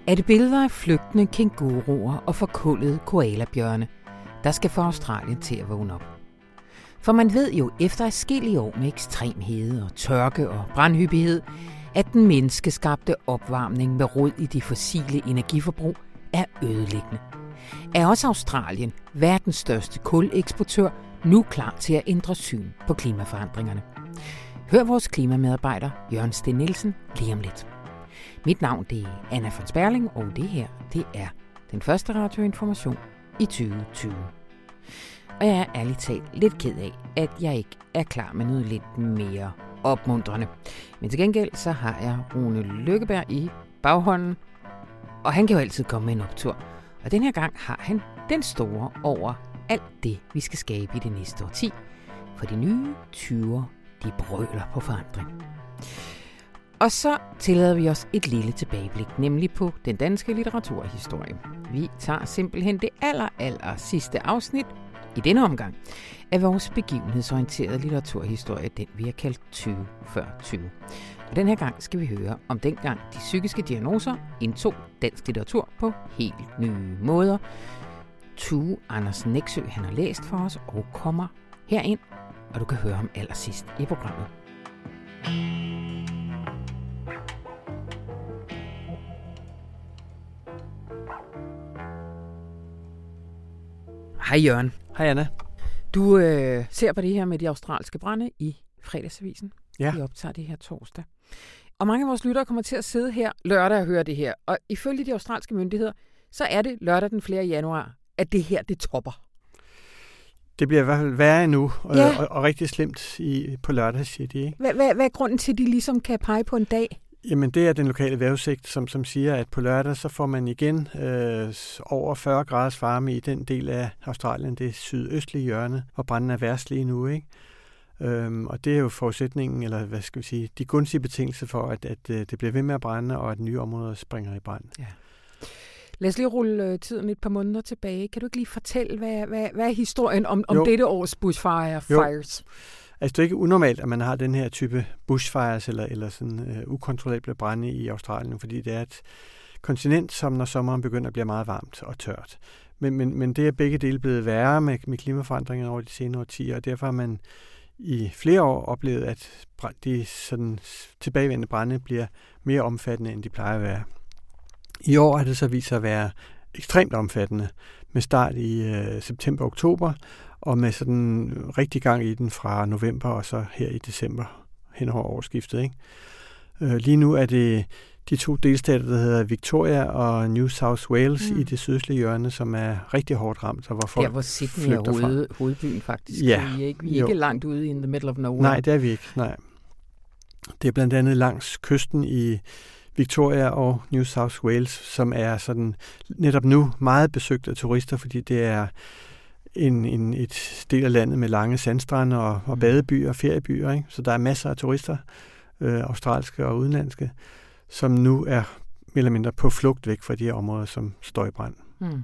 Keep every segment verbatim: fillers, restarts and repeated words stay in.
er det billeder af flygtende kænguruer og forkullede koalabjørne, der skal få Australien til at vågne op. For man ved jo efter adskillige år med ekstrem hede og tørke og brandhyppighed, at den menneskeskabte opvarmning med rod i de fossile energiforbrug er ødelæggende. Er også Australien, verdens største kuleksportør, nu klar til at ændre syn på klimaforandringerne? Hør vores klimamedarbejder Jørgen Sten Nielsen lige om lidt. Mit navn det er Anna von Sperling, og det her det er den første radioinformation i tyve tyve. Og jeg er ærligt talt lidt ked af, at jeg ikke er klar med noget lidt mere opmuntrende. Men til gengæld så har jeg Rune Lykkeberg i baghånden, og han kan jo altid komme med en optur. Og den her gang har han den store over alt det, vi skal skabe i det næste årti. For de nye tyver, de brøler på forandring. Og så tillader vi os et lille tilbageblik, nemlig på den danske litteraturhistorie. Vi tager simpelthen det aller, aller sidste afsnit i denne omgang af vores begivenhedsorienterede litteraturhistorie, den vi har kaldt tyve før tyve. Og den her gang skal vi høre om dengang de psykiske diagnoser indtog dansk litteratur på helt nye måder. Tue Andersen Nexø, han har læst for os og kommer herind, og du kan høre ham allersidst i programmet. Hej Jørgen. Hej Anna. Du øh, ser på det her med de australske brande i Fredagsavisen. Ja. Vi optager det her torsdag. Og mange af vores lyttere kommer til at sidde her lørdag og høre det her. Og ifølge de australske myndigheder, så er det lørdag den fjerde januar, at det her, det topper. Det bliver i hvert fald værre endnu, og, Ja. og, og rigtig slemt i, på lørdag, siger de, ikke? Hvad, hvad, hvad er grunden til, at de ligesom kan pege på en dag? Jamen, det er den lokale vejrudsigt, som, som siger, at på lørdag, så får man igen øh, over fyrre graders varme i den del af Australien, det sydøstlige hjørne, hvor branden er værst lige nu, ikke? Øhm, og det er jo forudsætningen, eller hvad skal vi sige, de gunstige betingelser for, at, at, at det bliver ved med at brænde, og at nye områder springer i brand. Ja. Lad os lige rulle tiden et par måneder tilbage. Kan du ikke lige fortælle, hvad, hvad, hvad er historien om, om dette års bushfire fires? Altså, det er ikke unormalt, at man har den her type bushfires, eller, eller sådan uh, ukontrollable brande i Australien, fordi det er et kontinent, som når sommeren begynder at blive meget varmt og tørt. Men, men, men det er begge dele blevet værre med, med klimaforandringer over de senere årtier, og derfor har man i flere år oplevet, at de sådan tilbagevendende brande bliver mere omfattende, end de plejer at være. I år har det så vist sig at være ekstremt omfattende, med start i øh, september-oktober, og med sådan rigtig gang i den fra november og så her i december hen over årsskiftet, ikke? Øh, lige nu er det de to delstater, der hedder Victoria og New South Wales mm. i det sydøstlige hjørne, som er rigtig hårdt ramt, og hvor folk ja, hvor Sydney er hoved, hovedbyen faktisk. Ja. Vi er ikke, vi er ikke langt ude in the middle of nowhere. Nej, det er vi ikke. Nej. Det er blandt andet langs kysten i Victoria og New South Wales, som er sådan netop nu meget besøgt af turister, fordi det er en, en, et del af landet med lange sandstrande og, og badebyer og feriebyer, ikke? Så der er masser af turister, øh, australske og udenlandske, som nu er mere eller mindre på flugt væk fra de her områder, som står i brand. Hmm.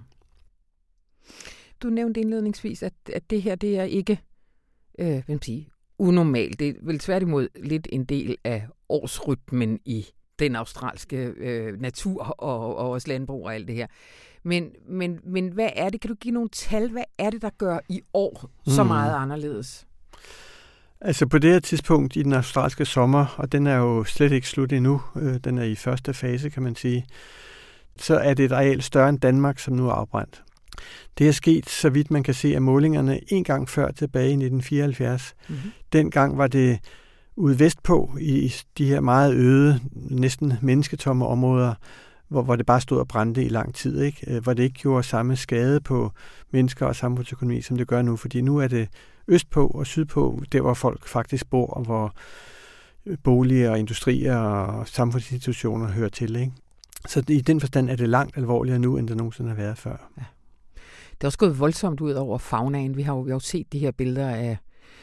Du nævnte indledningsvis, at, at det her, det er ikke øh, hvad sige, unormalt. Det er vel tværtimod lidt en del af årsrytmen i den australske øh, natur og, og også landbrug og alt det her. Men, men, men hvad er det? Kan du give nogle tal? Hvad er det, der gør i år så meget mm. anderledes? Altså på det her tidspunkt i den australske sommer, og den er jo slet ikke slut endnu, øh, den er i første fase, kan man sige, så er det et areal større end Danmark, som nu er afbrændt. Det er sket, så vidt man kan se af målingerne, en gang før tilbage i nitten fireoghalvfjerds. Mm-hmm. Dengang var det ude vestpå i de her meget øde, næsten mennesketomme områder, hvor, hvor det bare stod og brændte i lang tid, ikke? Hvor det ikke gjorde samme skade på mennesker og samfundsøkonomi, som det gør nu. Fordi nu er det østpå og sydpå, der hvor folk faktisk bor, og hvor boliger og industrier og samfundsinstitutioner hører til, ikke? Så i den forstand er det langt alvorligere nu, end det nogensinde har været før. Ja. Det er også gået voldsomt ud over faunaen. Vi har jo, vi har jo set de her billeder af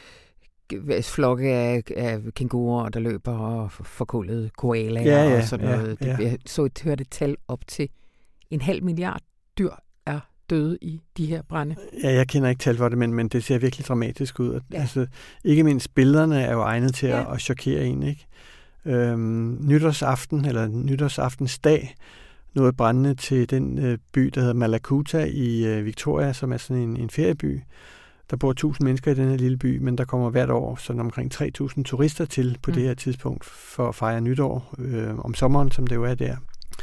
flokke af, af kænguruer, der løber, og forkullede koalaer ja, ja, og sådan noget. Ja, ja. Det, jeg så et, hørte et tal op til en halv milliard dyr er døde i de her brande. Ja, jeg kender ikke tal for det, men, men det ser virkelig dramatisk ud. Ja. Altså, ikke mindst billederne er jo egnet til ja. at, at chokere en, ikke? Øhm, nytårsaften, eller nytårsaftensdag, noget brændende til den øh, by, der hedder Malakuta i øh, Victoria, som er sådan en, en ferieby. Der bor tusind mennesker i den her lille by, men der kommer hvert år sådan omkring tre tusind turister til på mm. det her tidspunkt for at fejre nytår øh, om sommeren, som det jo er der.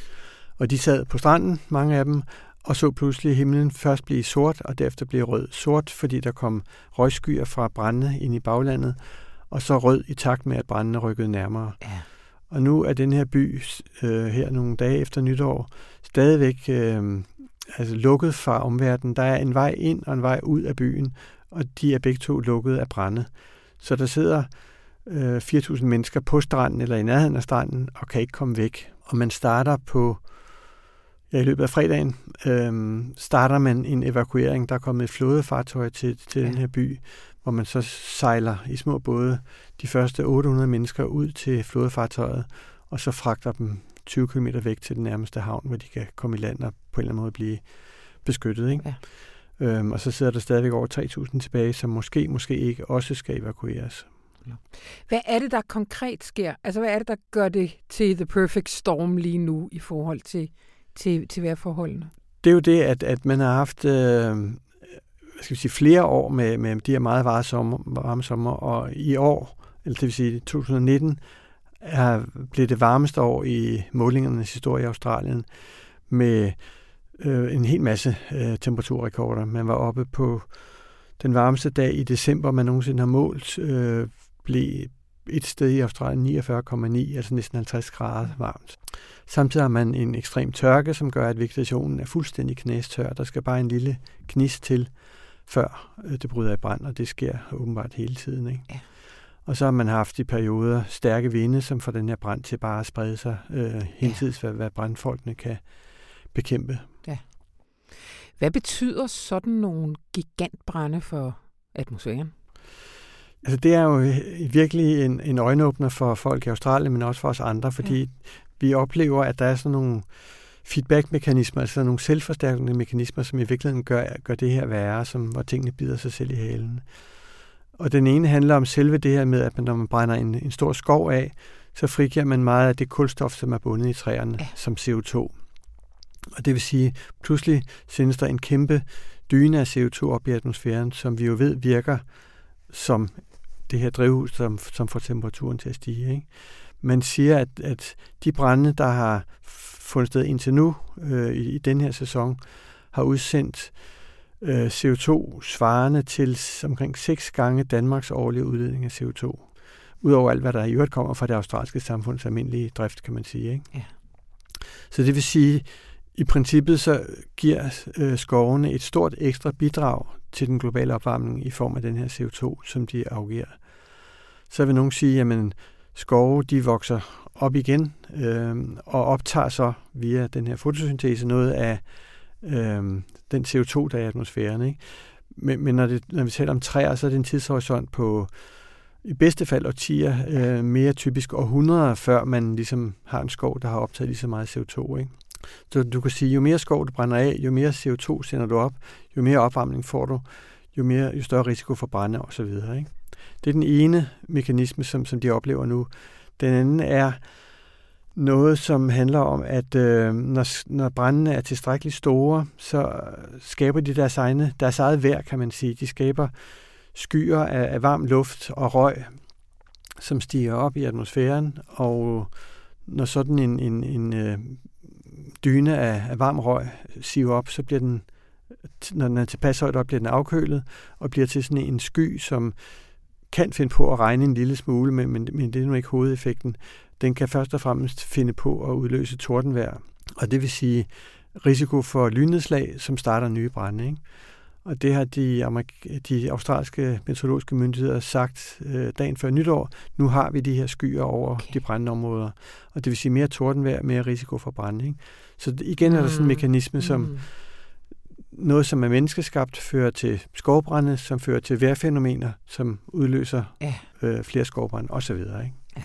Og de sad på stranden, mange af dem, og så pludselig himlen først blive sort, og derefter blive rød. Sort, fordi der kom røgskyer fra brændene ind i baglandet, og så rød i takt med, at brændene rykkede nærmere. Ja. Og nu er den her by øh, her nogle dage efter nytår stadigvæk øh, altså lukket fra omverdenen. Der er en vej ind og en vej ud af byen, og de er begge to lukket af brænde. Så der sidder øh, fire tusind mennesker på stranden eller i nærheden af stranden og kan ikke komme væk. Og man starter på, ja, i løbet af fredagen, øh, starter man en evakuering. Der er kommet et flådefartøj til, til ja. den her by, hvor man så sejler i små både de første otte hundrede mennesker ud til flådefartøjet, og så fragter dem tyve kilometer væk til den nærmeste havn, hvor de kan komme i land og på en eller anden måde blive beskyttet. Ikke? Ja. Øhm, og så sidder der stadigvæk over tre tusind tilbage, som måske, måske ikke også skal evakueres. Hvad er det, der konkret sker? Altså, hvad er det, der gør det til the perfect storm lige nu i forhold til, til, til vejrforholdene? Det er jo det, at, at man har haft øh, hvad skal vi sige, flere år med, med de her meget varme sommer, varme sommer, og i år, eller det vil sige to tusind nitten, er blevet det varmeste år i målingernes historie i Australien, med øh, en hel masse øh, temperaturrekorder. Man var oppe på den varmeste dag i december, man nogensinde har målt, øh, blev et sted i Australien niogfyrre komma ni, altså næsten halvtreds grader varmt. Samtidig har man en ekstrem tørke, som gør, at vegetationen er fuldstændig knæstør. Der skal bare en lille gnist til, før det bryder i brand, og det sker åbenbart hele tiden. Ikke? Ja. Og så har man haft i perioder stærke vinde, som får den her brand til bare at sprede sig øh, hensides, hvad, hvad brandfolkene kan bekæmpe. Ja. Hvad betyder sådan nogle gigantbrande for atmosfæren? Altså det er jo virkelig en, en øjenåbner for folk i Australien, men også for os andre, fordi ja. vi oplever, at der er sådan nogle feedback-mekanismer, altså nogle selvforstærkende mekanismer, som i virkeligheden gør, gør det her værre, som, hvor tingene bider sig selv i halen. Og den ene handler om selve det her med, at man, når man brænder en, en stor skov af, så frigiver man meget af det kulstof, som er bundet i træerne, ja. som C O to. Og det vil sige, pludselig sendes der en kæmpe dyne af C O to op i atmosfæren, som vi jo ved virker som det her drivhus, som, som får temperaturen til at stige. Ikke? Man siger, at, at de brande, der har fundet sted indtil nu øh, i, i den her sæson, har udsendt øh, C O to svarende til omkring seks gange Danmarks årlige udledning af C O to. Udover alt, hvad der i øvrigt kommer fra det australske samfunds almindelige drift, kan man sige. Ikke? Ja. Så det vil sige, i princippet så giver øh, skovene et stort ekstra bidrag til den globale opvarmning i form af den her C O to, som de afgiver. Så vil nogen sige, jamen skove, de vokser op igen øh, og optager så via den her fotosyntese noget af øh, den C O to, der er i atmosfæren. Ikke? Men, men når, det, når vi taler om træer, så er det en tidshorisont på i bedste fald årtier, øh, mere typisk århundreder, før man ligesom har en skov, der har optaget lige så meget C O to. Ikke? Så du kan sige, jo mere skov du brænder af, jo mere C O to sender du op, jo mere opvarmning får du, jo, mere, jo større risiko for brænde osv. Ikke? Det er den ene mekanisme, som, som de oplever nu. Den anden er noget, som handler om, at øh, når, når brændene er tilstrækkeligt store, så skaber de deres, egne, deres eget vejr, kan man sige. De skaber skyer af, af varm luft og røg, som stiger op i atmosfæren, og når sådan en, en, en øh, dyne af, af varm røg siver op, så bliver den, når den er tilpas højt op, bliver den afkølet, og bliver til sådan en sky, som kan finde på at regne en lille smule, men, men, men det er nu ikke hovedeffekten. Den kan først og fremmest finde på at udløse tordenvejr, og det vil sige risiko for lynnedslag, som starter nye brande. Ikke? Og det har de, amerik- de australske meteorologiske myndigheder sagt øh, dagen før nytår. Nu har vi de her skyer over okay. de brændende områder, og det vil sige mere tordenvejr, mere risiko for brande. Ikke? Så igen er der sådan en mekanisme, som mm. noget, som er menneskeskabt, fører til skovbrande, som fører til vejrfænomener, som udløser ja. øh, flere skovbrande osv. Ikke? Ja.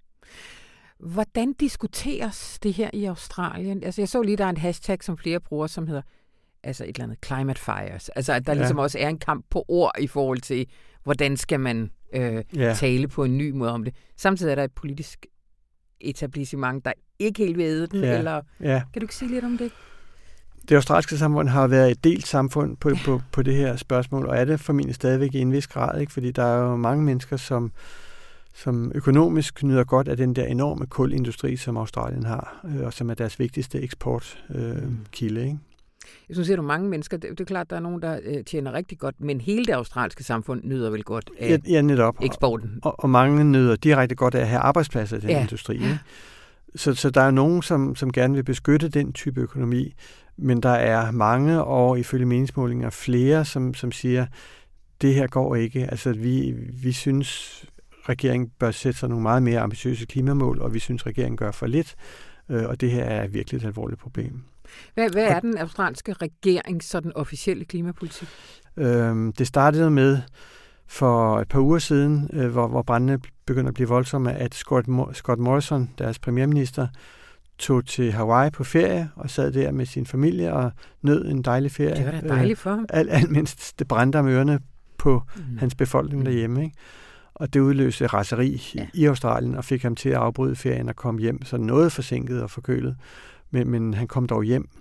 Hvordan diskuteres det her i Australien? Altså, jeg så lige, der er en hashtag, som flere bruger, som hedder altså et eller andet climate fires. Altså, at der ja. ligesom også er en kamp på ord i forhold til, hvordan skal man øh, ja. tale på en ny måde om det. Samtidig er der et politisk etablissement, der ikke helt vil æde den? Ja, eller ja. Kan du ikke sige lidt om det? Det australske samfund har været et delt samfund på, ja. på, på det her spørgsmål, og er det formentlig stadigvæk i en vis grad, ikke? Fordi der er jo mange mennesker, som, som økonomisk nyder godt af den der enorme kulindustri, som Australien har, øh, og som er deres vigtigste eksportkilde. Øh, mm. Jeg synes, at du mange mennesker, det, det er klart, der er nogen, der øh, tjener rigtig godt, men hele det australske samfund nyder vel godt af ja, ja, netop. eksporten. Og, og mange nyder direkte godt af at have arbejdspladser i den ja. industri. Ikke? Så, så der er nogen, som, som gerne vil beskytte den type økonomi, men der er mange, og ifølge meningsmålinger flere, som, som siger, det her går ikke. Altså, vi, vi synes, regeringen bør sætte sig nogle meget mere ambitiøse klimamål, og vi synes, regeringen gør for lidt, øh, og det her er virkelig et alvorligt problem. Hvad, hvad er den australske regering, så den officielle klimapolitik? Øhm, det startede med for et par uger siden, øh, hvor, hvor brændene begyndte at blive voldsomme, at Scott, Scott Morrison, deres premierminister, tog til Hawaii på ferie og sad der med sin familie og nød en dejlig ferie. Det var da dejligt for ham. Øh, alt, alt mindst det brændte om ørerne på mm. hans befolkning mm. derhjemme. Ikke? Og det udløste raseri ja. i Australien og fik ham til at afbryde ferien og komme hjem, så noget forsinket og forkølet. Men, men han kom dog hjem.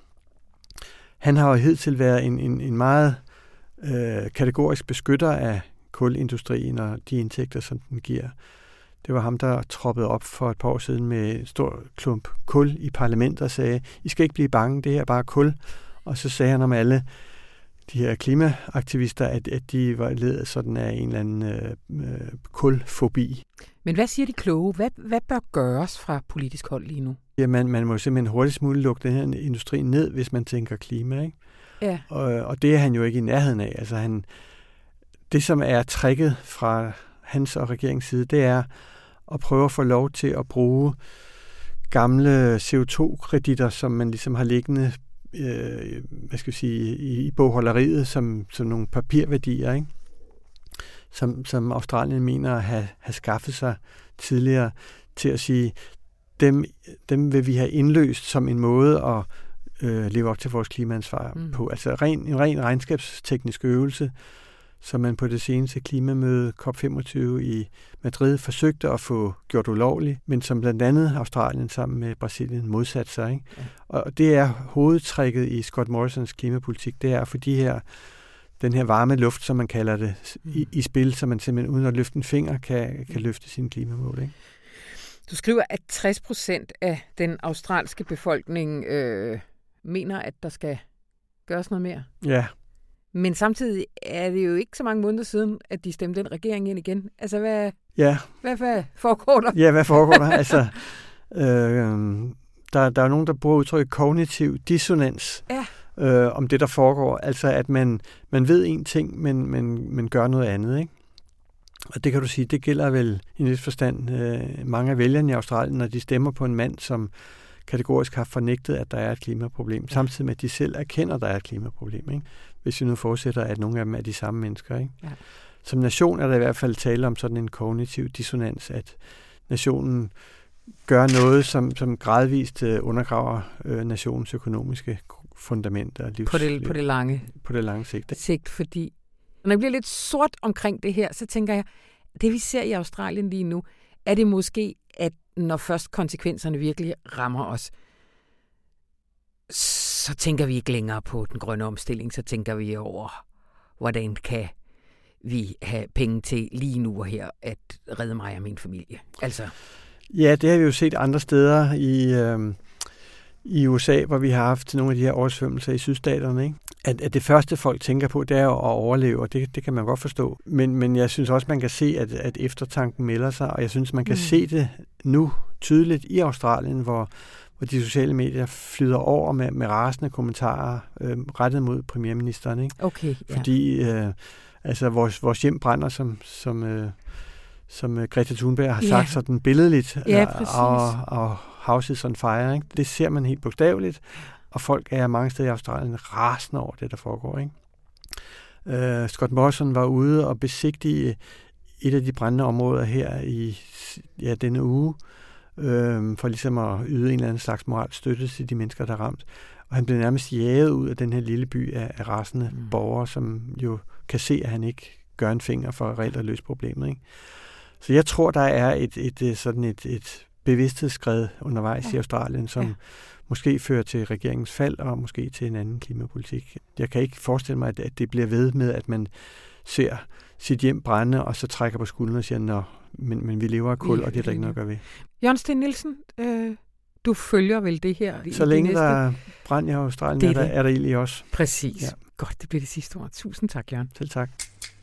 Han har jo hidtil været en, en, en meget øh, kategorisk beskytter af kulindustrien og de indtægter, som den giver. Det var ham, der troppede op for et par år siden med en stor klump kul i parlamentet og sagde, I skal ikke blive bange, det her er bare kul. Og så sagde han om alle de her klimaaktivister, at, at de var ledet sådan af en eller anden øh, øh, kulfobi. Men hvad siger de kloge? Hvad, hvad bør gøres fra politisk hold lige nu? Ja, man, man må simpelthen hurtigst muligt lukke den her industri ned, hvis man tænker klima, ikke? Ja. Og, og det er han jo ikke i nærheden af. Altså han, det, som er tricket fra hans og regeringens side, det er at prøve at få lov til at bruge gamle C O to kreditter, som man ligesom har liggende øh, hvad skal jeg sige, i, i bogholderiet som, som nogle papirværdier, ikke? Som, som Australien mener at have, have skaffet sig tidligere til at sige, dem, dem vil vi have indløst som en måde at øh, leve op til vores klimaansvar mm. på. Altså ren, en ren regnskabsteknisk øvelse, som man på det seneste klimamøde C O P femogtyve i Madrid forsøgte at få gjort ulovligt, men som blandt andet Australien sammen med Brasilien modsatte sig. Ikke? Ja. Og det er hovedtrækket i Scott Morrisons klimapolitik, det er at få de her, den her varme luft, som man kalder det, mm. i, i spil, så man simpelthen uden at løfte en finger kan, kan løfte sine klimamål. Ikke? Du skriver, at tres procent af den australske befolkning øh, mener, at der skal gøres noget mere. Ja. Men samtidig er det jo ikke så mange måneder siden, at de stemte den regering ind igen. Altså, hvad, ja. hvad, hvad foregår der? Ja, hvad foregår der? altså, øh, der, der er nogen, der bruger udtrykket kognitiv dissonans ja. øh, om det, der foregår. Altså, at man, man ved en ting, men, men, men gør noget andet, ikke? Og det kan du sige, det gælder vel i en vis forstand øh, mange af vælgerne i Australien, når de stemmer på en mand, som kategorisk har fornægtet, at der er et klimaproblem, ja. Samtidig med, at de selv erkender, at der er et klimaproblem, ikke? Hvis vi nu fortsætter, at nogle af dem er de samme mennesker, ikke? Ja. Som nation er der i hvert fald tale om sådan en kognitiv dissonans, at nationen gør noget, som, som gradvist øh, undergraver øh, nationens økonomiske fundamenter. Livs, på, det, på det lange, på det lange sigt. sigt. Fordi når jeg bliver lidt sort omkring det her, så tænker jeg, det vi ser i Australien lige nu, er det måske, at når først konsekvenserne virkelig rammer os, så tænker vi ikke længere på den grønne omstilling, så tænker vi over, hvordan kan vi have penge til lige nu og her at redde mig og min familie. Altså. Ja, det har vi jo set andre steder i, øh, i U S A, hvor vi har haft nogle af de her oversvømmelser i sydstaterne, ikke? At, at det første folk tænker på, det er jo at overleve, og det, det kan man godt forstå. Men, men jeg synes også, man kan se, at, at eftertanken melder sig, og jeg synes, man kan mm. se det nu tydeligt i Australien, hvor hvor de sociale medier flyder over med, med rasende kommentarer øh, rettet mod premierministeren, ikke? Okay, ja. Fordi øh, altså vores, vores hjem brænder, som, som, øh, som øh, Greta Thunberg har sagt, ja. Sådan billedligt, ja, og, og house is on fire, ikke? Det ser man helt bogstaveligt, og folk er mange steder i Australien rasende over det, der foregår, ikke? Øh, Scott Morrison var ude og besigtige et af de brændende områder her i ja, denne uge, øh, for ligesom at yde en eller anden slags moral støtte til de mennesker, der er ramt. Og han blev nærmest jaget ud af den her lille by af, af rasende mm. borgere, som jo kan se, at han ikke gør en finger for reelt at løse problemet, ikke? Så jeg tror, der er et, et, et sådan et, et bevidsthedsskred undervejs ja. i Australien, som ja. måske fører til regeringens fald og måske til en anden klimapolitik. Jeg kan ikke forestille mig, at det bliver ved med, at man ser sit hjem brænde, og så trækker på skuldrene og siger, nå, men, men vi lever af kul, ja, og det er der ikke noget at gøre ved. Jørgen Steen Nielsen, øh, du følger vel det her? Så længe der er brand i Australien, er der, er der ild i os. Præcis. Ja. Godt, det bliver det sidste ord. Tusind tak, Jørgen. Selv tak.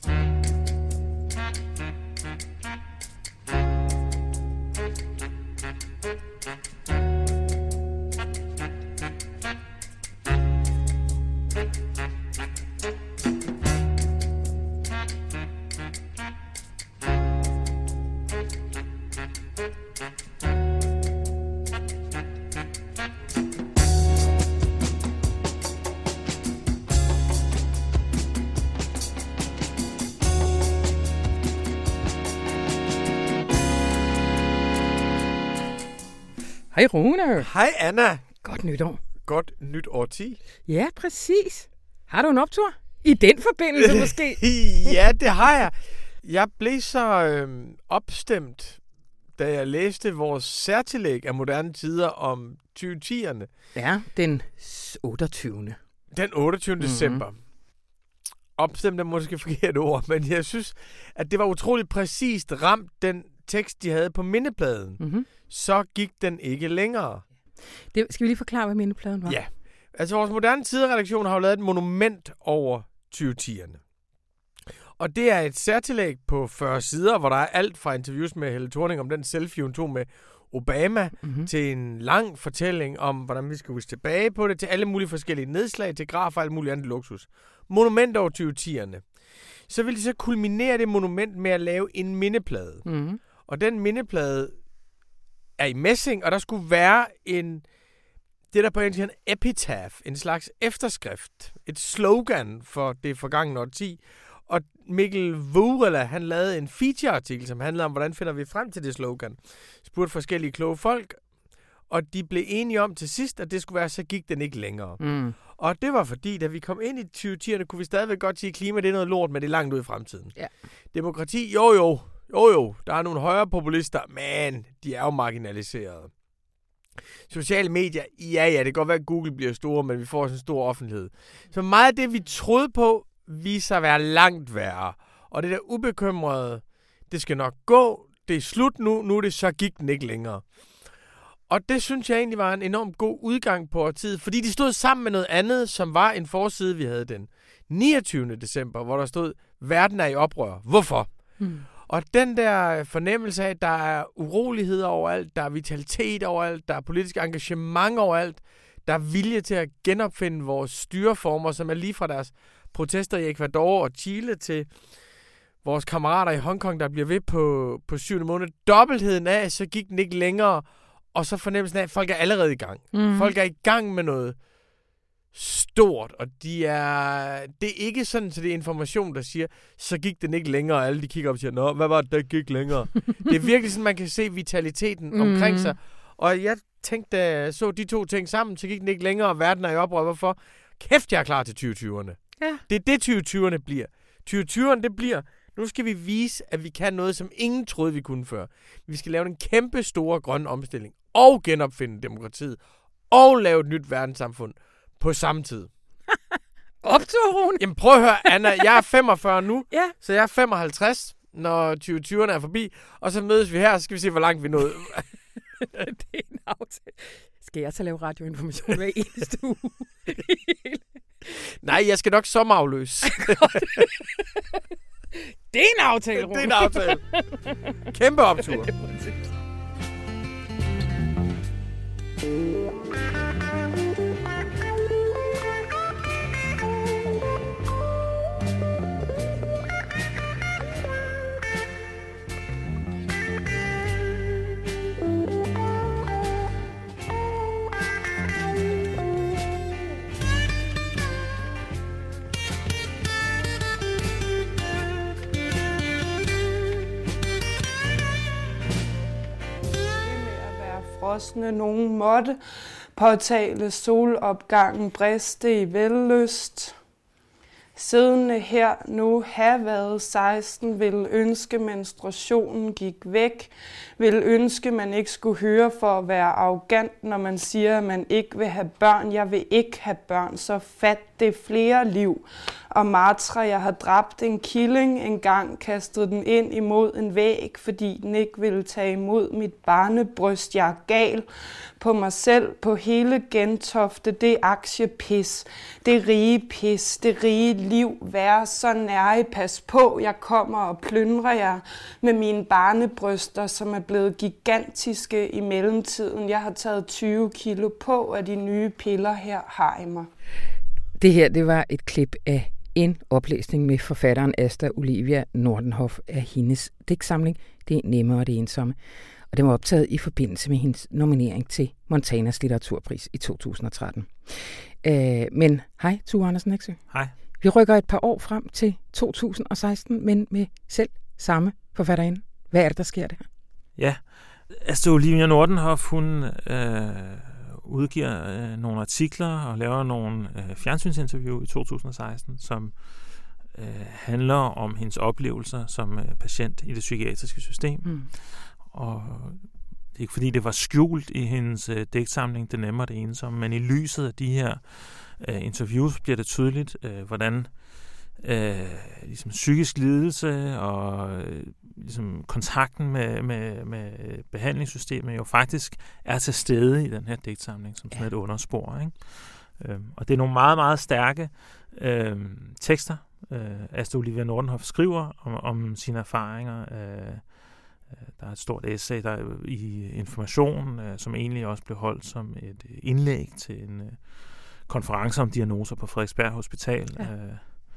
Hej Rune. Hej Anna. Godt nytår. Godt nyt årti. Ja, præcis. Har du en optur? I den forbindelse måske? Ja, det har jeg. Jeg blev så øh, opstemt, da jeg læste vores særtillæg af moderne tider om tyve tierne. Ja, den otteogtyvende Den otteogtyvende Mm-hmm. december. Opstemt er måske forkert ord, men jeg synes, at det var utroligt præcist ramt den tekst, de havde på mindepladen. Mm-hmm. Så gik den ikke længere. Det, skal vi lige forklare, hvad mindepladen var? Ja. Altså, vores moderne tider-redaktion har jo lavet et monument over tyve tierne. Og det er et særtillæg på fyrre sider, hvor der er alt fra interviews med Helle Thorning om den selfie, hun tog med Obama, mm-hmm. til en lang fortælling om, hvordan vi skal huske tilbage på det, til alle mulige forskellige nedslag, til grafer og alt muligt andet luksus. Monument over tyve tierne. Så vil de så kulminere det monument med at lave en mindeplade. Mm-hmm. Og den mindeplade er i messing, og der skulle være en, det der på engelsk hedder en epitaph, en slags efterskrift, et slogan for det forgangne årti. Og Mikkel Vourela, han lavede en feature-artikel, som handlede om, hvordan finder vi frem til det slogan. Spurgte forskellige kloge folk, og de blev enige om til sidst, at det skulle være, så gik den ikke længere. Mm. Og det var fordi, da vi kom ind i tyve tierne, kunne vi stadigvæk godt sige, at klima det er noget lort, men det er langt ud i fremtiden. Ja. Demokrati, jo jo, jo jo, der er nogle højre populister, men de er jo marginaliserede. Sociale medier, ja ja, det kan godt være, at Google bliver store, men vi får sådan en stor offentlighed. Så meget af det, vi troede på, viser sig at være langt værre. Og det der ubekymrede, det skal nok gå, det er slut nu, nu er det så gik den ikke længere. Og det synes jeg egentlig var en enormt god udgang på årtiet, fordi de stod sammen med noget andet, som var en forside, vi havde den niogtyvende december, hvor der stod, verden er i oprør. Hvorfor? Hmm. Og den der fornemmelse af, at der er uroligheder overalt, der er vitalitet overalt, der er politisk engagement overalt, der er vilje til at genopfinde vores styreformer, som er lige fra deres protester i Ecuador og Chile til vores kammerater i Hongkong, der bliver ved på, på syvende måned. Dobbeltheden af, så gik den ikke længere, og så fornemmelsen af, at folk er allerede i gang. Mm. Folk er i gang med noget stort, og de er, det er ikke sådan, så det er information, der siger, så gik den ikke længere, og alle de kigger op og siger, nå, hvad var det, der gik længere? Det er virkelig sådan, man kan se vitaliteten mm. omkring sig. Og jeg tænkte, da jeg så de to ting sammen, så gik den ikke længere, og verden er i oprør. Hvorfor? Kæft, jeg er klar til tyve tyverne. Ja. Det er det, tyve tyverne bliver. tyve tyverne, det bliver, nu skal vi vise, at vi kan noget, som ingen troede, vi kunne før. Vi skal lave en kæmpe store grønne omstilling, og genopfinde demokratiet, og lave et nyt verdenssamfund på samme tid. Optur, Rune. Jamen prøv at høre, Anna, jeg er femogfyrre nu, ja. Så jeg er femoghalvtreds, når tyve tyverne er forbi, og så mødes vi her, og så skal vi se, hvor langt vi nåede. Det er en aftale. Skal jeg så lave radioinformation hver eneste uge? Nej, jeg skal nok sommerafløse. Det er en aftale, Rune. Det er en aftale. Kæmpe optur. Frosne, nogen måtte påtale solopgangen, briste i vellyst. siddende her nu have været seksten, ville ønske menstruationen gik væk, ville ønske man ikke skulle høre for at være arrogant, når man siger, at man ikke vil have børn. Jeg vil ikke have børn, så fat det flere liv. Og Martra, jeg har dræbt en killing engang, kastet den ind imod en væg, fordi den ikke ville tage imod mit barnebryst. Jeg er gal på mig selv, på hele Gentofte. Det er aktiepis, det rige pis, det rige liv. Vær så nær, pas på, jeg kommer og plyndrer jer med mine barnebryster, som er blevet gigantiske i mellemtiden. Jeg har taget tyve kilo på af de nye piller her, har I mig. Det her, det var et klip af en oplæsning med forfatteren Asta Olivia Nordenhof af hendes digtsamling Det er nemmere og det ensomme. Og den var optaget i forbindelse med hendes nominering til Montanas litteraturpris i to tusind og tretten. Øh, men hej, Tue Andersen Nexø. Hej. Vi rykker et par år frem til to tusind og seksten, men med selv samme forfatterinde. Hvad er det, der sker der? Ja, Asta Olivia Nordenhof, hun øh, udgiver øh, nogle artikler og laver nogle øh, fjernsynsinterview i to tusind og seksten, som øh, handler om hendes oplevelser som øh, patient i det psykiatriske system. Mm. Og det er ikke fordi, det var skjult i hendes øh, digtsamling Det nemmere det ensomme, men i lyset af de her øh, interviews bliver det tydeligt, øh, hvordan øh, ligesom psykisk lidelse og øh, ligesom kontakten med, med, med behandlingssystemet jo faktisk er til stede i den her digtsamling som sådan ja. et underspor. Ikke? Øh, og det er nogle meget, meget stærke øh, tekster, øh, Asta Olivia Nordenhof skriver om, om sine erfaringer. Øh, Der er et stort essay der i Information, som egentlig også blev holdt som et indlæg til en konference om diagnoser på Frederiksberg Hospital, ja. øh,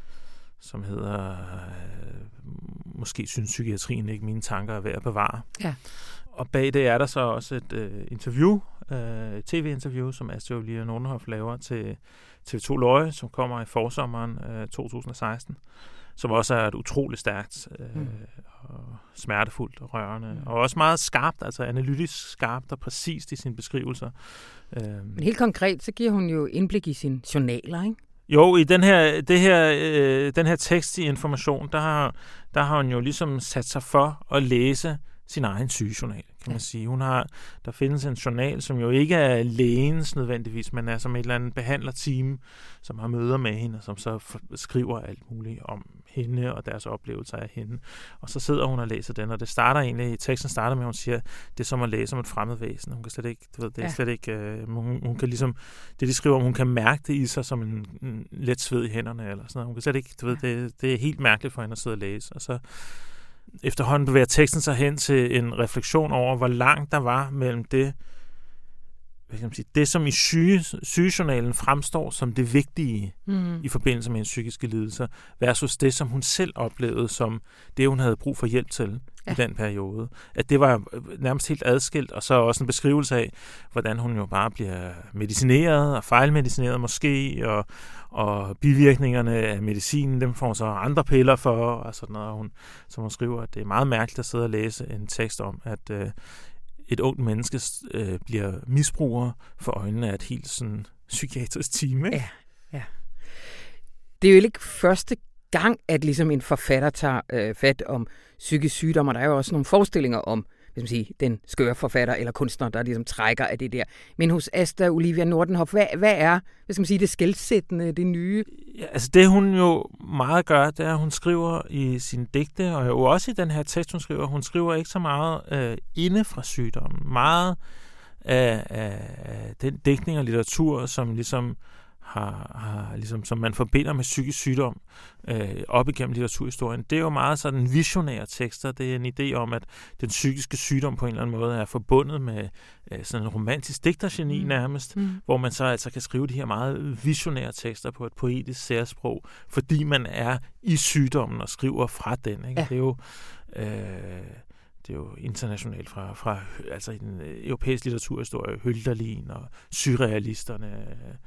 som hedder øh, Måske synes psykiatrien ikke mine tanker er værd at bevare. Ja. Og bag det er der så også et øh, interview, øh, et tv-interview, som Asta Olivia Nordenhof laver til T V to Løje, som kommer i forsommeren øh, to tusind og seksten. Som også er et utroligt stærkt, øh, mm. og smertefuldt og rørende, mm. og også meget skarpt, altså analytisk skarpt og præcist i sine beskrivelser. Men helt konkret, så giver hun jo indblik i sine journaler, ikke? Jo, i den her, det her, øh, den her tekst i Information, der har, der har hun jo ligesom sat sig for at læse sin egen sygejournal, kan man sige. Hun har, der findes en journal, som jo ikke er lægens nødvendigvis, men er som et eller andet behandlerteam, som har møder med hende, og som så skriver alt muligt om hende og deres oplevelser af hende. Og så sidder hun og læser den, og det starter egentlig, teksten starter med, at hun siger, det er som at læse om et fremmed væsen. Hun kan slet ikke, du ved, det er ja. slet ikke, uh, hun, hun kan ligesom, det de skriver om, hun kan mærke det i sig som en, en let sved i hænderne, eller sådan noget. Hun kan slet ikke, du ved, det, det er helt mærkeligt for hende at sidde og læse. Og så efterhånden bevæger teksten sig hen til en refleksion over, hvor langt der var mellem det, hvad kan man sige, det som i syge, sygejournalen fremstår som det vigtige mm. i forbindelse med en psykiske lidelser, versus det, som hun selv oplevede som det, hun havde brug for hjælp til ja. i den periode. At det var nærmest helt adskilt, og så også en beskrivelse af, hvordan hun jo bare bliver medicineret og fejlmedicineret måske, og, og bivirkningerne af medicinen, dem får så andre piller for, og sådan noget. Hun, som hun skriver, at det er meget mærkeligt at sidde og læse en tekst om, at øh, et ungt menneske øh, bliver misbruger for øjnene af et helt sådan psykiatrisk team. Ikke? Ja, ja. Det er jo ikke første gang, at ligesom en forfatter tager øh, fat om psykisk sygdom, og der er jo også nogle forestillinger om, hvis man siger, den skøre forfatter eller kunstner, der ligesom trækker af det der. Men hos Asta Olivia Nordenhof, hvad, hvad er, hvis man siger, det skelsættende, det nye? Ja, altså det hun jo meget gør, det er, at hun skriver i sine digte, og jo også i den her tekst, hun skriver, hun skriver ikke så meget øh, inde fra sygdommen. Meget af, af den digtning og litteratur, som ligesom har, har ligesom, som man forbinder med psykisk sygdom øh, op igennem litteraturhistorien. Det er jo meget sådan visionære tekster. Det er en idé om, at den psykiske sygdom på en eller anden måde er forbundet med øh, sådan en romantisk digtergeni mm. nærmest, mm. hvor man så altså kan skrive de her meget visionære tekster på et poetisk særsprog, fordi man er i sygdommen og skriver fra den. Ikke? Ja. Det er jo øh, det er jo internationalt fra, fra altså i den europæiske litteraturhistorie, Hölderlin og surrealisterne,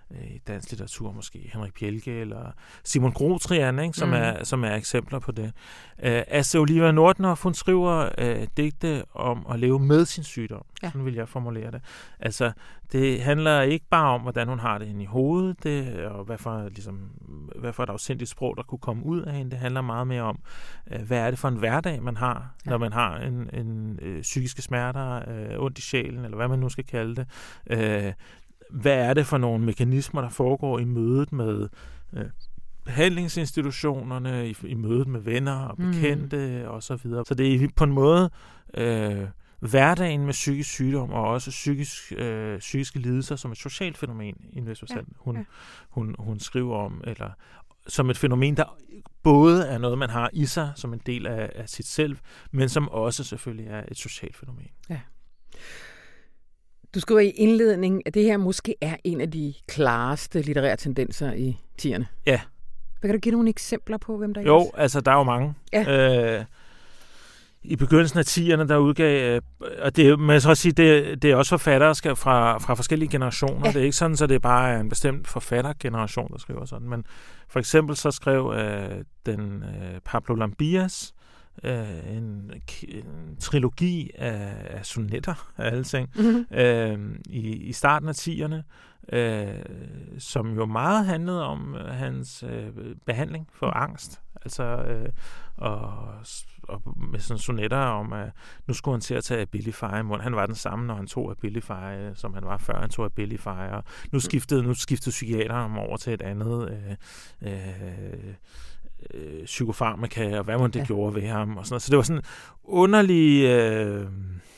i dansk litteratur, måske Henrik Bjelke eller Simon Grotrian, ikke, som, mm. er, som er eksempler på det. Uh, Astrid Olivia Nordenhof, hun skriver uh, digte om at leve med sin sygdom. Ja. Sådan vil jeg formulere det. Altså, det handler ikke bare om, hvordan hun har det inde i hovedet, det, og hvad for, ligesom, hvad for et afsindigt sprog, der kunne komme ud af hende. Det handler meget mere om, uh, hvad er det for en hverdag, man har, ja. når man har en, en uh, psykiske smerter, uh, ondt i sjælen, eller hvad man nu skal kalde det. Uh, Hvad er det for nogle mekanismer, der foregår i mødet med øh, behandlingsinstitutionerne, i, i mødet med venner og bekendte mm. og så videre. Så det er på en måde øh, hverdagen med psykisk sygdom og også psykisk, øh, psykiske lidelser som et socialt fænomen i en vis forstand, ja. hun, ja. hun, hun skriver om, eller som et fænomen, der både er noget, man har i sig som en del af, af sit selv, men som også selvfølgelig er et socialt fænomen. Ja. Du skriver i indledningen, at det her måske er en af de klareste litterære tendenser i tierne. Ja. Kan du give nogle eksempler på, hvem der er? Jo, altså der er jo mange. Ja. Øh, I begyndelsen af tierne, der udgav, og det, man så også sige, det, det er også forfattere skal fra, fra forskellige generationer. Ja. Det er ikke sådan, så det er bare en bestemt forfattergeneration, der skriver sådan. Men for eksempel så skrev øh, den øh, Pablo Lambias, Øh, en, en trilogi af, af sonetter af alle ting mm-hmm. øh, i, i starten af tierne, øh, som jo meget handlede om øh, hans øh, behandling for mm. angst. Altså, øh, og, og med sådan sonetter om, at nu skulle han til at tage Abilify i mund. Han var den samme, når han tog Abilify, som han var før han tog Abilify. Og nu skiftede, nu skiftede psykiateren ham over til et andet øh, øh, øh, psykofarmaka, og hvad man det ja. gjorde ved ham. Og sådan noget. Så det var sådan underlig... Øh,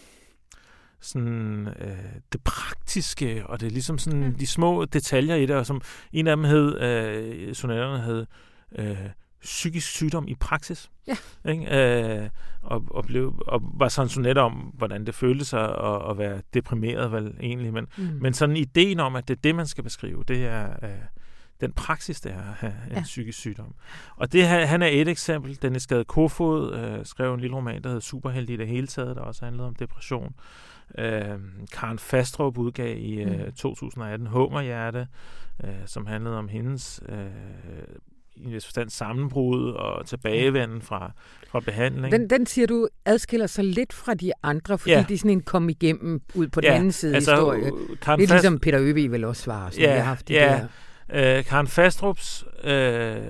sådan øh, det praktiske, og det er ligesom sådan ja. de små detaljer i det, og som en af dem hed, øh, sonetterne hed øh, psykisk sygdom i praksis. Ja. Ikke? Øh, og, og, blev, og var sådan sonet om, hvordan det føltes at, at, at være deprimeret, vel egentlig. Men, mm. men sådan ideen om, at det er det, man skal beskrive, det er øh, den praksis, det er at have en ja. psykisk sygdom. Og det han er et eksempel. Dennis Gade Kofod øh, skrev en lille roman, der hed Superheldig i det hele taget, der også handlede om depression. Øh, Karen Fastrup udgav i øh, mm. to tusind og atten Hummerhjerte, øh, som handlede om hendes øh, i en vis forstand sammenbrud og tilbagevenden fra, fra behandling. Den, den siger du adskiller sig lidt fra de andre, fordi ja. de er sådan en kom igennem ud på den ja, anden side altså, historie. Karen Lidt Fast... ligesom Peter Øvig vil også svare, som ja, vi har haft i ja. der. Øh, Karen Fastrups øh,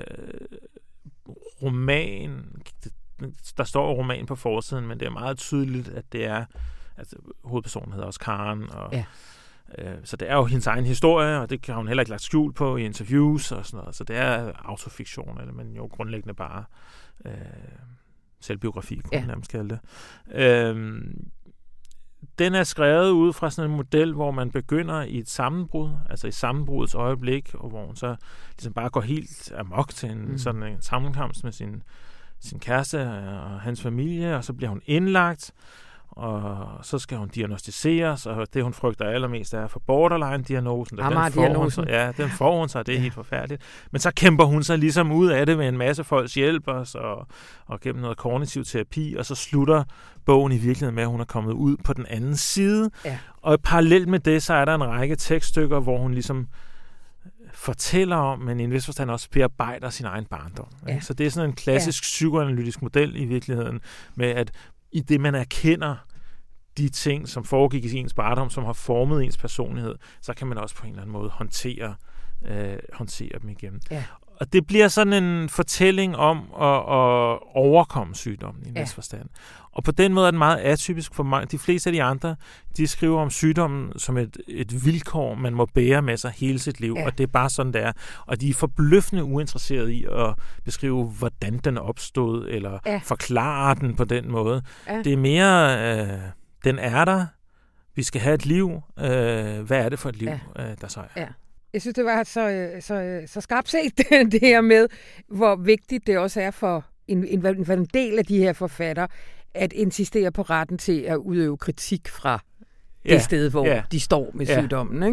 roman, der står roman på forsiden, men det er meget tydeligt, at det er, altså hovedpersonen hedder også Karen, og ja. øh, så det er jo hendes egen historie, og det kan hun heller ikke lagt skjul på i interviews og sådan noget, så det er autofiktion, eller men jo grundlæggende bare øh, selvbiografi, kunne ja. man nærmest kalde det. Øh, Den er skrevet ud fra sådan en model, hvor man begynder i et sammenbrud, altså i sammenbrudets øjeblik, og hvor hun så ligesom bare går helt amok til en, mm. sådan en sammenkomst med sin, sin kæreste og hans familie, og så bliver hun indlagt, og så skal hun diagnostiseres, og det hun frygter allermest er for borderline-diagnosen. Amager-diagnosen. Ja, den får hun så, det er ja. helt forfærdeligt. Men så kæmper hun sig ligesom ud af det med en masse folks hjælp og, og, og gennem noget kognitiv terapi, og så slutter bogen i virkeligheden med, at hun er kommet ud på den anden side. Ja. Og parallelt med det, så er der en række tekststykker, hvor hun ligesom fortæller om, men i en vis forstand også bearbejder sin egen barndom. Ja. Så det er sådan en klassisk ja. psykoanalytisk model i virkeligheden, med at i det, man erkender de ting, som foregik i ens barndom, som har formet ens personlighed, så kan man også på en eller anden måde håndtere, øh, håndtere dem igen. Ja. Og det bliver sådan en fortælling om at, at overkomme sygdommen i en ja. vis forstand. Og på den måde er den meget atypisk for mange. De fleste af de andre, de skriver om sygdommen som et, et vilkår, man må bære med sig hele sit liv. Ja. Og det er bare sådan, det er. Og de er forbløffende uinteresserede i at beskrive, hvordan den opstod, eller ja. forklare den på den måde. Ja. Det er mere, øh, den er der. Vi skal have et liv. Øh, hvad er det for et liv, ja. øh, der så er? Ja. Jeg synes, det var så, så, så skarpt set, det her med, hvor vigtigt det også er for en, en, for en del af de her forfattere, at insistere på retten til at udøve kritik fra ja, det sted, hvor ja. de står med ja. sygdommen. Ikke?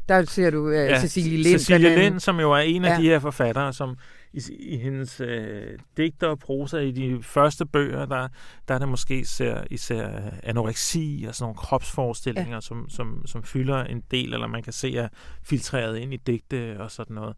Der ser du uh, ja, Cecilie Lind. Cecilie Lind, som jo er en af ja. de her forfattere, som i, i hendes øh, digter og prosa i de første bøger, der, der er det måske især, især anoreksi og sådan nogle kropsforestillinger, ja. som, som, som fylder en del, eller man kan se er filtreret ind i digte og sådan noget.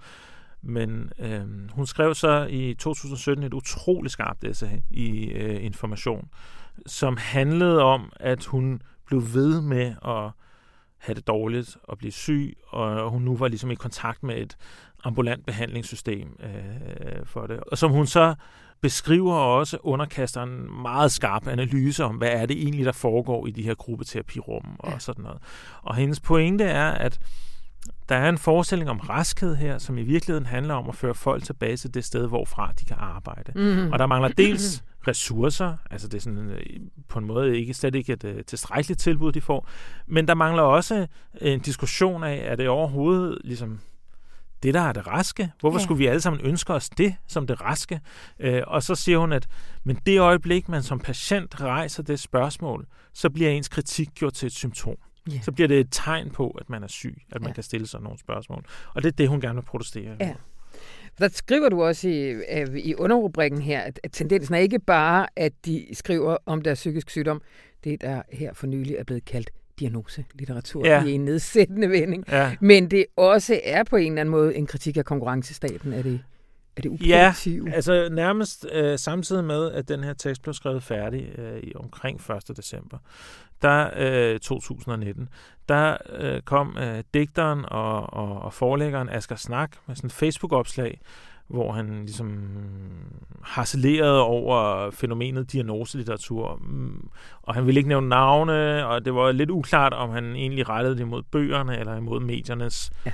Men øh, hun skrev så i to tusind sytten et utroligt skarpt essay i øh, Information, som handlede om, at hun blev ved med at have det dårligt og blive syg, og hun nu var ligesom i kontakt med et ambulant behandlingssystem øh, for det. Og som hun så beskriver også underkaster en meget skarp analyse om, hvad er det egentlig, der foregår i de her gruppeterapirum og sådan noget. Og hendes pointe er, at der er en forestilling om raskhed her, som i virkeligheden handler om at føre folk tilbage til det sted, hvorfra de kan arbejde. Mm. Og der mangler dels ressourcer, altså det er sådan på en måde ikke slet ikke et uh, tilstrækkeligt tilbud, de får, men der mangler også en diskussion af, er det overhovedet ligesom det, der er det raske? Hvorfor ja. skulle vi alle sammen ønske os det som det raske? Uh, og så siger hun, at men det øjeblik, man som patient rejser det spørgsmål, så bliver ens kritik gjort til et symptom. Yeah. Så bliver det et tegn på, at man er syg, at man ja. kan stille sig nogle spørgsmål. Og det er det, hun gerne vil protestere. Ja. Der skriver du også i, i underrubrikken her, at, at tendensen er ikke bare, at de skriver om deres psykisk sygdom. Det, der her for nylig er blevet kaldt diagnoselitteratur ja. i en nedsættende vending. Ja. Men det også er på en eller anden måde en kritik af konkurrencestaten. Er det, er det uproduktivt? Ja, altså nærmest øh, samtidig med, at den her tekst blev skrevet færdig øh, i omkring første december. Der øh, to tusind nitten, der øh, kom øh, digteren og, og, og forlæggeren Asger Snak med sådan et Facebook-opslag, hvor han ligesom harcelerede over fænomenet diagnoselitteratur. Og han ville ikke nævne navne, og det var lidt uklart, om han egentlig rettede det imod bøgerne eller imod mediernes ja.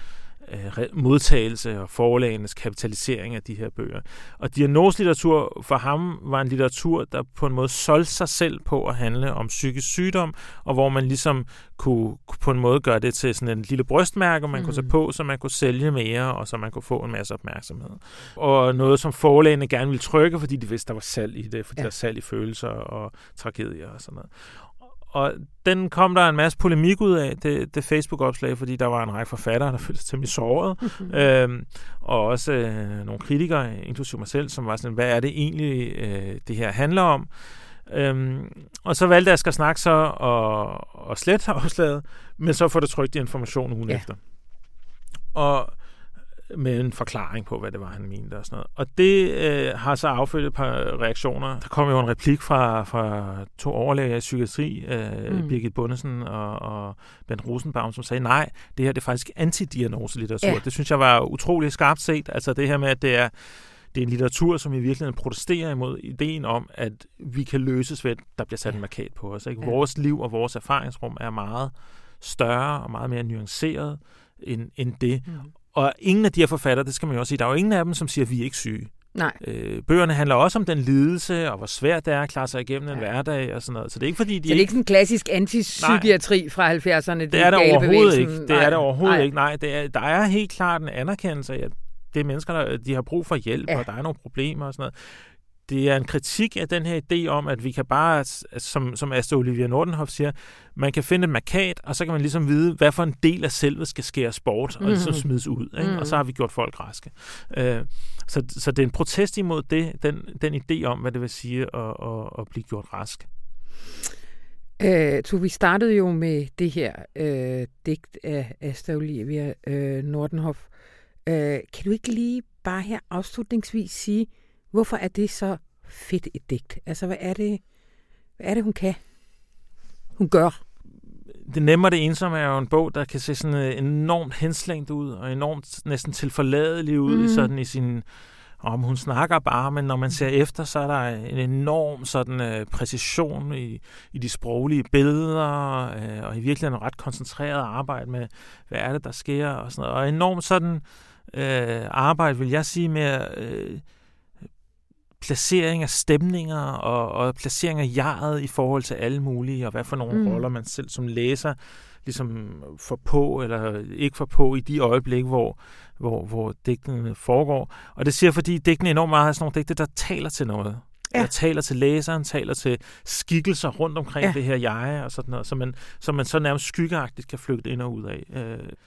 modtagelse og forlagenes kapitalisering af de her bøger. Og diagnoselitteratur for ham var en litteratur, der på en måde solgte sig selv på at handle om psykisk sygdom, og hvor man ligesom kunne på en måde gøre det til sådan en lille brystmærke, man mm. kunne tage på, så man kunne sælge mere, og så man kunne få en masse opmærksomhed. Og noget, som forlagene gerne ville trykke, fordi de vidste, der var salg i det, fordi ja. der var salg i følelser og tragedier og sådan noget. Og den kom der en masse polemik ud af, det, det Facebook-opslag, fordi der var en række forfattere, der følte sig temmelig såret, mm-hmm. øhm, og også øh, nogle kritikere, inklusive mig selv, som var sådan, hvad er det egentlig, øh, det her handler om? Øhm, og så valgte jeg at snakke så og, og slette opslaget, men så får det trykt i Information ugen ja. efter. Og med en forklaring på, hvad det var, han mente og sådan noget. Og det øh, har så affødt et par reaktioner. Der kom jo en replik fra, fra to overlæger i psykiatri, øh, mm. Birgit Bundesen og, og Bent Rosenbaum, som sagde, nej, det her det er faktisk antidiagnoselitteratur. Ja. Det synes jeg var utroligt skarpt set. Altså det her med, at det er, det er en litteratur, som i virkeligheden protesterer imod ideen om, at vi kan løses ved, at der bliver sat en markat på os. Ikke? Ja. Vores liv og vores erfaringsrum er meget større og meget mere nuanceret end, end det. Mm. Og ingen af de her forfattere, det skal man jo også sige, der er jo ingen af dem, som siger, at vi er ikke syge. Nej. Øh, bøgerne handler også om den lidelse, og hvor svært det er at klare sig igennem ja. en hverdag og sådan noget. Så det er ikke fordi, de Så det er ikke sådan en klassisk antipsykiatri Nej. fra halvfjerdserne? Det er det overhovedet ikke. Det Nej. er det overhovedet Nej. ikke. Nej, det er, der er helt klart en anerkendelse af, at det er mennesker, der de har brug for hjælp, ja. og der er nogle problemer og sådan noget. Det er en kritik af den her idé om, at vi kan bare, som, som Asta Olivia Nordenhof siger, man kan finde et markat, og så kan man ligesom vide, hvad for en del af selvet skal skæres bort, og ligesom smides ud. Ikke? Mm-hmm. Og så har vi gjort folk raske. Uh, så, så det er en protest imod det, den, den idé om, hvad det vil sige at, at, at blive gjort rask. Uh, så vi startede jo med det her uh, digt af Asta Olivia uh, Nordenhof. Uh, kan du ikke lige bare her afslutningsvis sige, hvorfor er det så fedt et digt? Altså, hvad er det, hvad er det hun kan? Hun gør. Det nemme og det ensomme er jo en bog, der kan se sådan enormt henslængt ud, og enormt næsten tilforladelig ud mm. i sådan i sin... Om hun snakker bare, men når man ser efter, så er der en enorm sådan øh, præcision i, i de sproglige billeder, øh, og i virkeligheden ret koncentreret arbejde med, hvad er det, der sker, og sådan noget. Og enormt sådan øh, arbejde, vil jeg sige, med... Øh, placering af stemninger og, og placering af jeget i forhold til alle mulige, og hvad for nogle mm. roller man selv som læser ligesom får på eller ikke får på i de øjeblikke, hvor, hvor, hvor digtene foregår. Og det siger, fordi digtene enormt meget er sådan nogle digte, der taler til noget. Ja. Der taler til læseren, taler til skikkelser rundt omkring ja. det her jeg og sådan noget, så man, så man så nærmest skyggeagtigt kan flygte ind og ud af.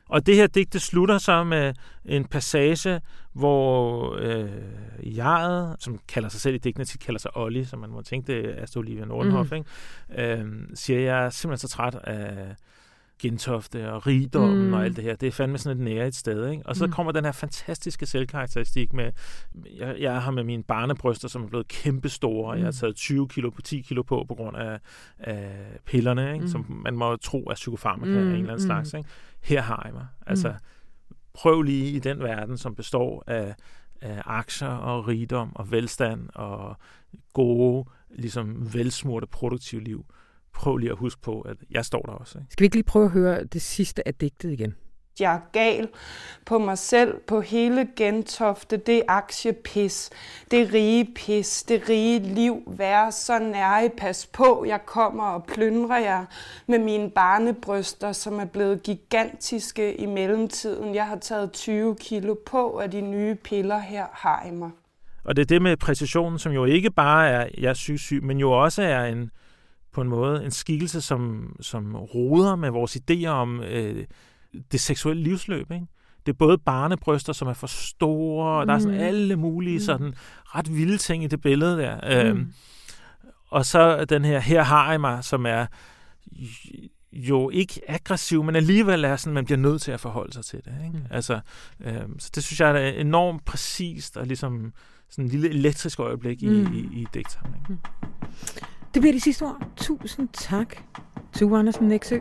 Og det her digt, det slutter så med en passage, hvor øh, jeget, som kalder sig selv i digtene, tit kalder sig Olli, som man må tænke, det er Astrid Olivia Nordenhof, mm. ikke? Øh, siger, jeg er simpelthen så træt af Gentofte og rigdommen mm. og alt det her. Det er fandme sådan et nære et sted, ikke? Og så mm. kommer den her fantastiske selvkarakteristik med, jeg, jeg har med mine barnebryster, som er blevet kæmpestore, mm. jeg har taget tyve kilo på ti kilo på, på grund af, af pillerne, ikke? Mm. Som man må tro er psykofarmaka mm. af en eller anden slags, ikke? Her har jeg mig. Altså, mm. prøv lige i den verden, som består af, af aktier og rigdom og velstand og gode, ligesom velsmurte produktive liv. Prøv lige at huske på, at jeg står der også. Ikke? Skal vi ikke lige prøve at høre det sidste af digtet igen? Jeg er gal på mig selv, på hele Gentofte, det er aktiepis, det rige pis, det rige liv, vær så nære, pas på, jeg kommer og plyndrer jer med mine barnebryster, som er blevet gigantiske i mellemtiden. Jeg har taget tyve kilo på af de nye piller, her har I mig. Og det er det med præcisionen, som jo ikke bare er, jeg er syg, syg, men jo også er en, på en måde en skikkelse, som, som roder med vores idéer om øh, det seksuelle livsløb, ikke? Det er både barnebryster, som er for store, og mm. der er sådan alle mulige mm. sådan ret vilde ting i det billede der. Mm. Øhm, og så den her, her har jeg mig, som er jo ikke aggressiv, men alligevel er sådan, man bliver nødt til at forholde sig til det, ikke? Mm. Altså, øhm, så det synes jeg er enormt præcist, og ligesom sådan en lille elektrisk øjeblik mm. i, i, i digtsamlingen. Mm. Det bliver de sidste ord. Tusind tak, Tue Andersen Nexø.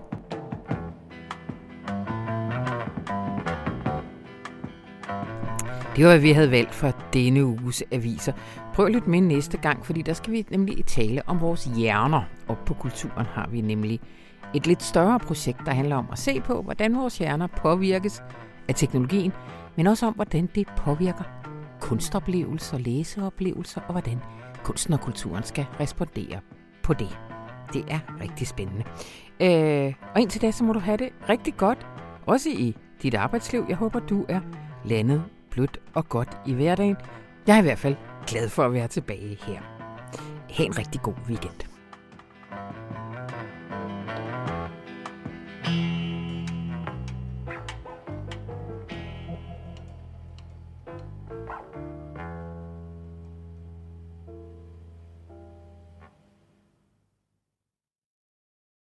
Det var, hvad vi havde valgt for denne uges aviser. Prøv lidt med næste gang, fordi der skal vi nemlig tale om vores hjerner. Og på Kulturen har vi nemlig et lidt større projekt, der handler om at se på, hvordan vores hjerner påvirkes af teknologien, men også om, hvordan det påvirker kunstoplevelser, læseoplevelser, og hvordan kunsten og kulturen skal respondere på det. Det er rigtig spændende. Øh, og indtil da, så må du have det rigtig godt, også i dit arbejdsliv. Jeg håber, du er landet blødt og godt i hverdagen. Jeg er i hvert fald glad for at være tilbage her. Ha' en rigtig god weekend.